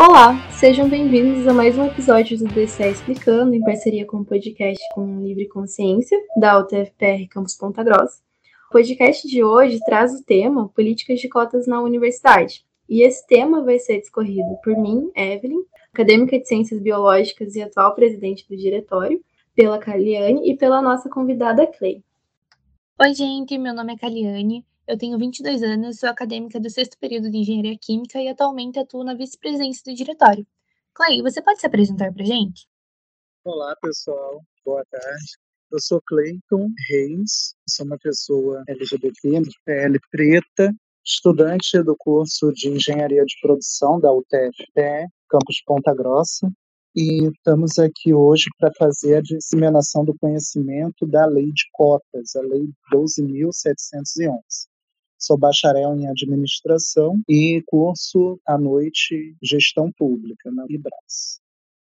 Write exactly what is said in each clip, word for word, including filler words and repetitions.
Olá, sejam bem-vindos a mais um episódio do D C E Explicando, em parceria com o podcast com Livre Consciência, da U T F P R Campus Ponta Grossa. O podcast de hoje traz o tema Políticas de Cotas na Universidade, e esse tema vai ser discorrido por mim, Evelyn, acadêmica de Ciências Biológicas e atual presidente do diretório, pela Caliane e pela nossa convidada Clay. Oi, gente, meu nome é Caliane, eu tenho vinte e dois anos, sou acadêmica do sexto período de Engenharia Química e atualmente atuo na vice-presidência do diretório. Clay, você pode se apresentar pra gente? Olá, pessoal. Boa tarde. Eu sou Cleiton Reis, sou uma pessoa L G B T, pele preta, estudante do curso de Engenharia de Produção da U T F P R, Campus Ponta Grossa, e estamos aqui hoje para fazer a disseminação do conhecimento da Lei de Cotas, a Lei doze mil setecentos e onze. Sou bacharel em Administração e curso à noite Gestão Pública na Ibras.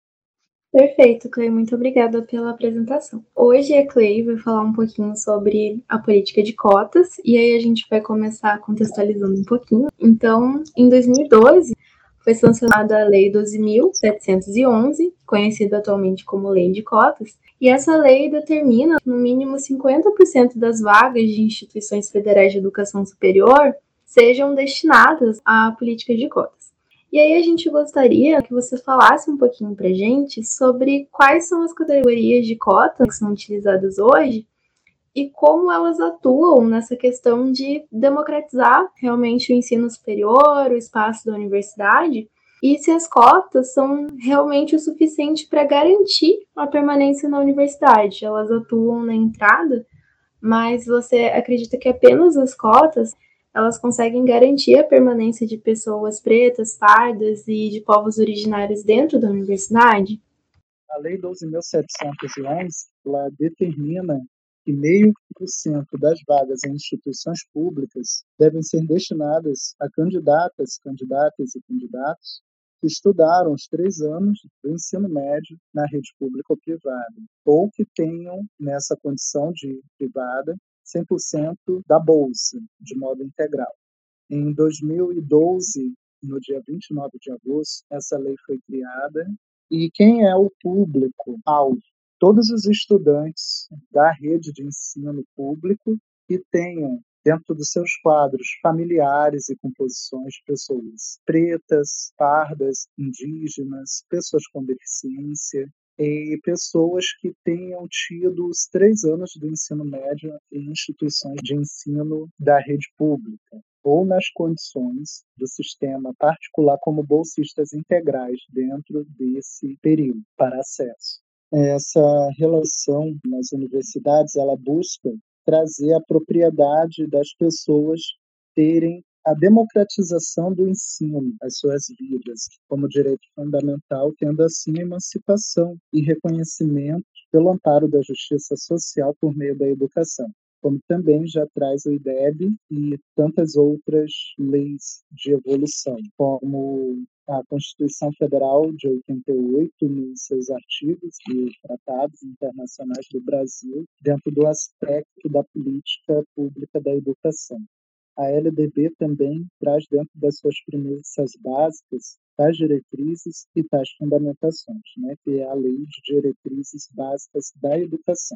Perfeito, Clay, muito obrigada pela apresentação. Hoje a Clay vai falar um pouquinho sobre a política de cotas, e aí a gente vai começar contextualizando um pouquinho. Então, em dois mil e doze, foi sancionada a Lei doze mil setecentos e onze, conhecida atualmente como Lei de Cotas, e essa lei determina que no mínimo cinquenta por cento das vagas de instituições federais de educação superior sejam destinadas à política de cotas. E aí a gente gostaria que você falasse um pouquinho para a gente sobre quais são as categorias de cota que são utilizadas hoje e como elas atuam nessa questão de democratizar realmente o ensino superior, o espaço da universidade, e se as cotas são realmente o suficiente para garantir a permanência na universidade. Elas atuam na entrada, mas você acredita que apenas as cotas elas conseguem garantir a permanência de pessoas pretas, pardas e de povos originários dentro da universidade? A Lei doze mil setecentos e onze, ela determina que meio por cento das vagas em instituições públicas devem ser destinadas a candidatas, candidatas e candidatos que estudaram os três anos do ensino médio na rede pública ou privada, ou que tenham, nessa condição de privada, cem por cento da bolsa, de modo integral. Em dois mil e doze, no dia vinte e nove de agosto, essa lei foi criada. E quem é o público-alvo? Todos os estudantes da rede de ensino público que tenham dentro dos seus quadros familiares e composições pessoas pretas, pardas, indígenas, pessoas com deficiência, e pessoas que tenham tido os três anos do ensino médio em instituições de ensino da rede pública, ou nas condições do sistema particular como bolsistas integrais dentro desse período para acesso. Essa relação nas universidades, ela busca trazer a propriedade das pessoas terem a democratização do ensino, as suas vidas, como direito fundamental, tendo assim a emancipação e reconhecimento pelo amparo da justiça social por meio da educação, como também já traz o I D E B e tantas outras leis de evolução, como a Constituição Federal de oitenta e oito, nos seus artigos e tratados internacionais do Brasil, dentro do aspecto da política pública da educação. A L D B também traz dentro das suas premissas básicas tais diretrizes e tais fundamentações, né, que é a Lei de Diretrizes Básicas da Educação.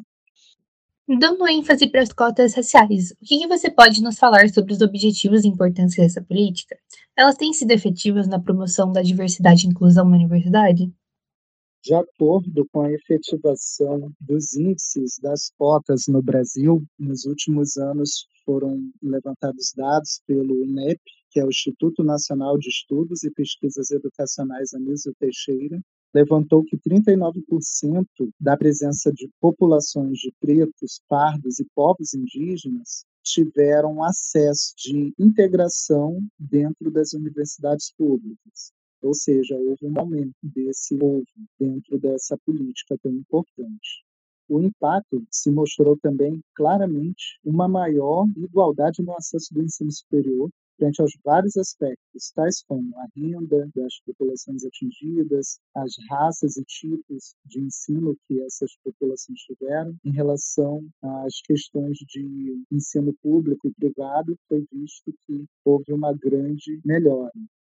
Dando ênfase para as cotas raciais, o que você pode nos falar sobre os objetivos e importância dessa política? Elas têm sido efetivas na promoção da diversidade e inclusão na universidade? De acordo com a efetivação dos índices das cotas no Brasil, nos últimos anos foram levantados dados pelo I N E P, que é o Instituto Nacional de Estudos e Pesquisas Educacionais Anísio Teixeira, levantou que trinta e nove por cento da presença de populações de pretos, pardos e povos indígenas tiveram acesso de integração dentro das universidades públicas. Ou seja, houve um aumento desse povo dentro dessa política tão importante. O impacto se mostrou também claramente uma maior igualdade no acesso do ensino superior frente aos vários aspectos, tais como a renda das populações atingidas, as raças e tipos de ensino que essas populações tiveram. Em relação às questões de ensino público e privado, foi visto que houve uma grande melhora.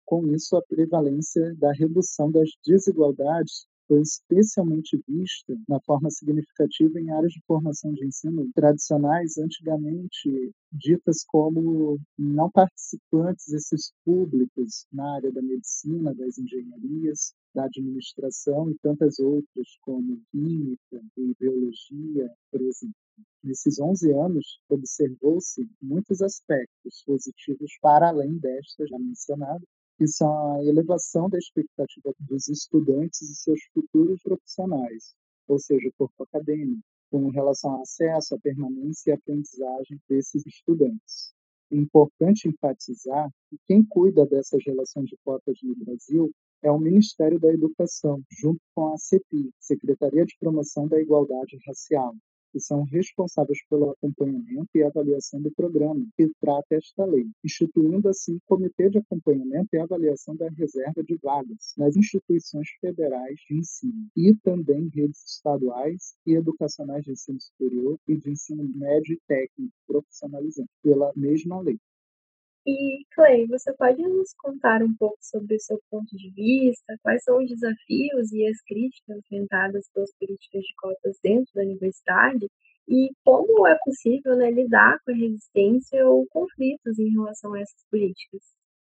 Com isso, a prevalência da redução das desigualdades foi especialmente vista na forma significativa em áreas de formação de ensino tradicionais, antigamente ditas como não participantes, esses públicos na área da medicina, das engenharias, da administração e tantas outras, como química e biologia, por exemplo. Nesses onze anos, observou-se muitos aspectos positivos para além destas já mencionadas, que são a elevação da expectativa dos estudantes e seus futuros profissionais, ou seja, o corpo acadêmico, com relação ao acesso, à permanência e à aprendizagem desses estudantes. É importante enfatizar que quem cuida dessas relações de cotas no Brasil é o Ministério da Educação, junto com a CEPI, Secretaria de Promoção da Igualdade Racial, que são responsáveis pelo acompanhamento e avaliação do programa que trata esta lei, instituindo assim o Comitê de Acompanhamento e Avaliação da Reserva de Vagas nas instituições federais de ensino e também redes estaduais e educacionais de ensino superior e de ensino médio e técnico profissionalizante, pela mesma lei. E, Clay, você pode nos contar um pouco sobre o seu ponto de vista? Quais são os desafios e as críticas enfrentadas pelas políticas de cotas dentro da universidade? E como é possível, né, lidar com a resistência ou conflitos em relação a essas políticas?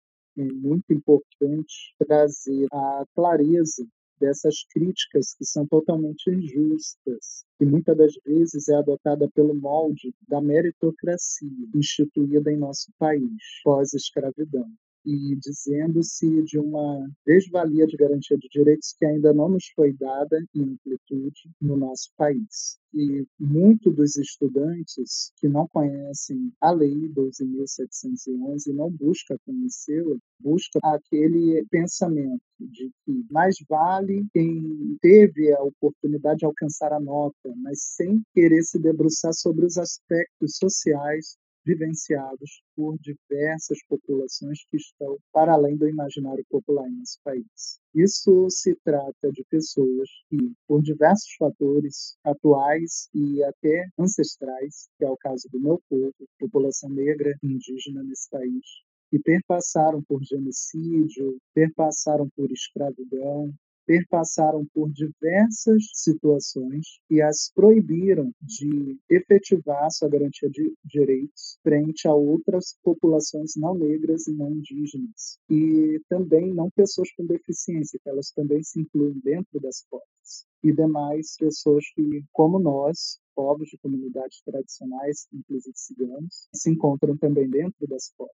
É muito importante trazer a clareza dessas críticas que são totalmente injustas e muitas das vezes é adotada pelo molde da meritocracia instituída em nosso país pós-escravidão e dizendo-se de uma desvalia de garantia de direitos que ainda não nos foi dada em amplitude no nosso país. E muitos dos estudantes que não conhecem a Lei doze mil setecentos e onze e não buscam conhecê-la, busca aquele pensamento de que mais vale quem teve a oportunidade de alcançar a nota, mas sem querer se debruçar sobre os aspectos sociais vivenciados por diversas populações que estão para além do imaginário popular em nosso país. Isso se trata de pessoas que, por diversos fatores atuais e até ancestrais, que é o caso do meu povo, população negra e indígena nesse país, que perpassaram por genocídio, perpassaram por escravidão, perpassaram por diversas situações e as proibiram de efetivar sua garantia de direitos frente a outras populações não negras e não indígenas. E também não pessoas com deficiência, que elas também se incluem dentro das cotas. E demais pessoas que, como nós, povos de comunidades tradicionais, inclusive ciganos, se encontram também dentro das cotas.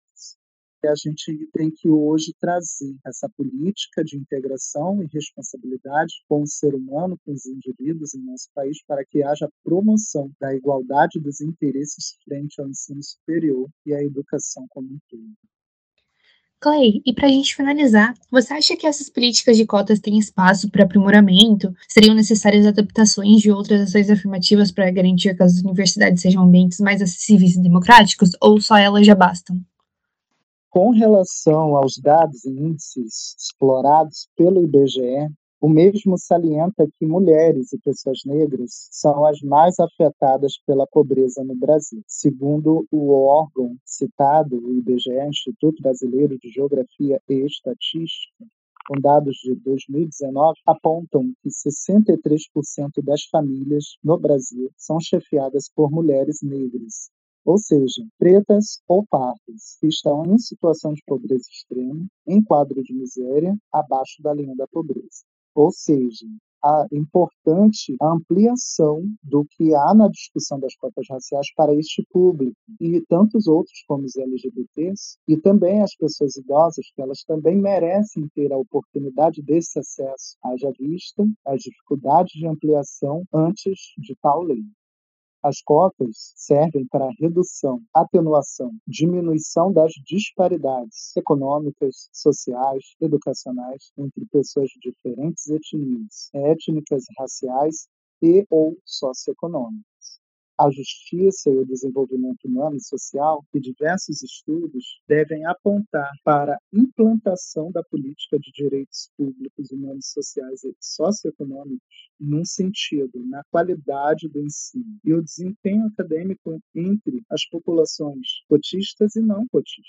A gente tem que hoje trazer essa política de integração e responsabilidade com o ser humano, com os indivíduos em nosso país, para que haja promoção da igualdade dos interesses frente ao ensino superior e à educação como um todo. Clay, e para a gente finalizar, você acha que essas políticas de cotas têm espaço para aprimoramento? Seriam necessárias adaptações de outras ações afirmativas para garantir que as universidades sejam ambientes mais acessíveis e democráticos, ou só elas já bastam? Com relação aos dados e índices explorados pelo I B G E, o mesmo salienta que mulheres e pessoas negras são as mais afetadas pela pobreza no Brasil. Segundo o órgão citado, o I B G E, Instituto Brasileiro de Geografia e Estatística, com dados de dois mil e dezenove, apontam que sessenta e três por cento das famílias no Brasil são chefiadas por mulheres negras, ou seja, pretas ou pardas, que estão em situação de pobreza extrema, em quadro de miséria, abaixo da linha da pobreza. Ou seja, é importante a ampliação do que há na discussão das cotas raciais para este público e tantos outros como os L G B Ts e também as pessoas idosas, que elas também merecem ter a oportunidade desse acesso, haja vista as dificuldades de ampliação antes de tal lei. As cotas servem para a redução, atenuação, diminuição das disparidades econômicas, sociais, educacionais entre pessoas de diferentes etnias, étnicas, raciais e ou socioeconômicas. A justiça e o desenvolvimento humano e social e diversos estudos devem apontar para a implantação da política de direitos públicos, humanos, sociais e socioeconômicos num sentido, na qualidade do ensino e o desempenho acadêmico entre as populações cotistas e não cotistas.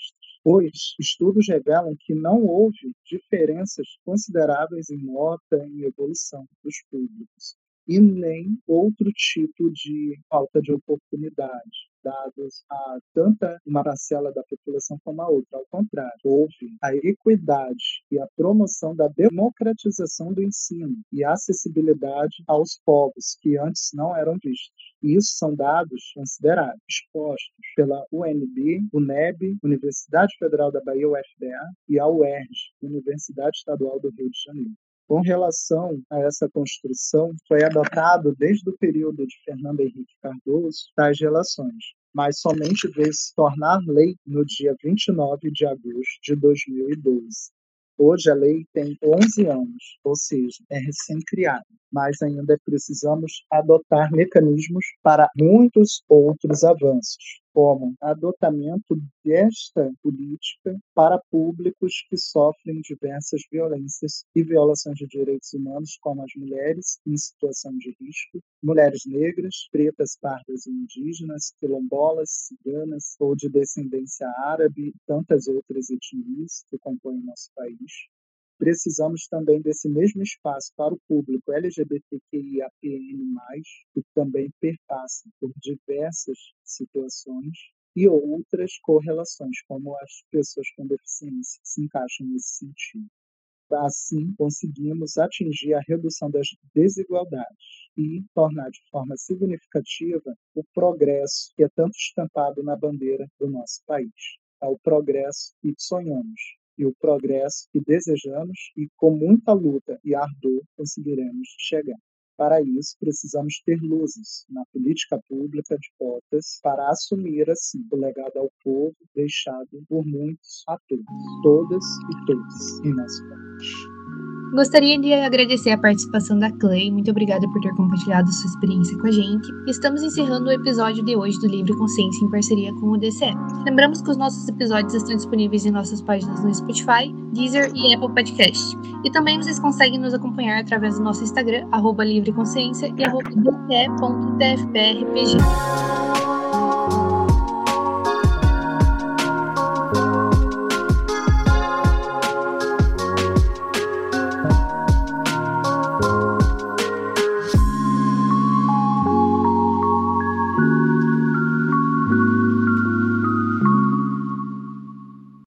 pois estudos revelam que não houve diferenças consideráveis em nota e evolução dos públicos, e nem outro tipo de falta de oportunidade, dados a tanta uma parcela da população como a outra. Ao contrário, houve a equidade e a promoção da democratização do ensino e a acessibilidade aos povos que antes não eram vistos. E isso são dados considerados, expostos pela U N B, UNEB, Universidade Federal da Bahia, U F B A, e a U E R J, Universidade Estadual do Rio de Janeiro. Com relação a essa construção, foi adotado desde o período de Fernando Henrique Cardoso tais relações, mas somente veio se tornar lei no dia vinte e nove de agosto de dois mil e doze. Hoje a lei tem onze anos, ou seja, é recém-criada, mas ainda precisamos adotar mecanismos para muitos outros avanços, como adotamento desta política para públicos que sofrem diversas violências e violações de direitos humanos, como as mulheres em situação de risco, mulheres negras, pretas, pardas e indígenas, quilombolas, ciganas ou de descendência árabe e tantas outras etnias que compõem nosso país. Precisamos também desse mesmo espaço para o público L G B T Q I A P N mais, que também perpassa por diversas situações e outras correlações, como as pessoas com deficiência se encaixam nesse sentido. Assim, conseguimos atingir a redução das desigualdades e tornar de forma significativa o progresso que é tanto estampado na bandeira do nosso país. É o progresso que sonhamos e o progresso que desejamos e, com muita luta e ardor, conseguiremos chegar. Para isso, precisamos ter luzes na política pública de cotas para assumir, assim, o legado ao povo deixado por muitos a todos, todas e todos em nosso país. Gostaria de agradecer a participação da Clay, muito obrigada por ter compartilhado sua experiência com a gente. Estamos encerrando o episódio de hoje do Livre Consciência em parceria com o D C E. Lembramos que os nossos episódios estão disponíveis em nossas páginas no Spotify, Deezer e Apple Podcast. E também vocês conseguem nos acompanhar através do nosso Instagram, arroba livreconsciência e arroba d c e ponto t f p r p g.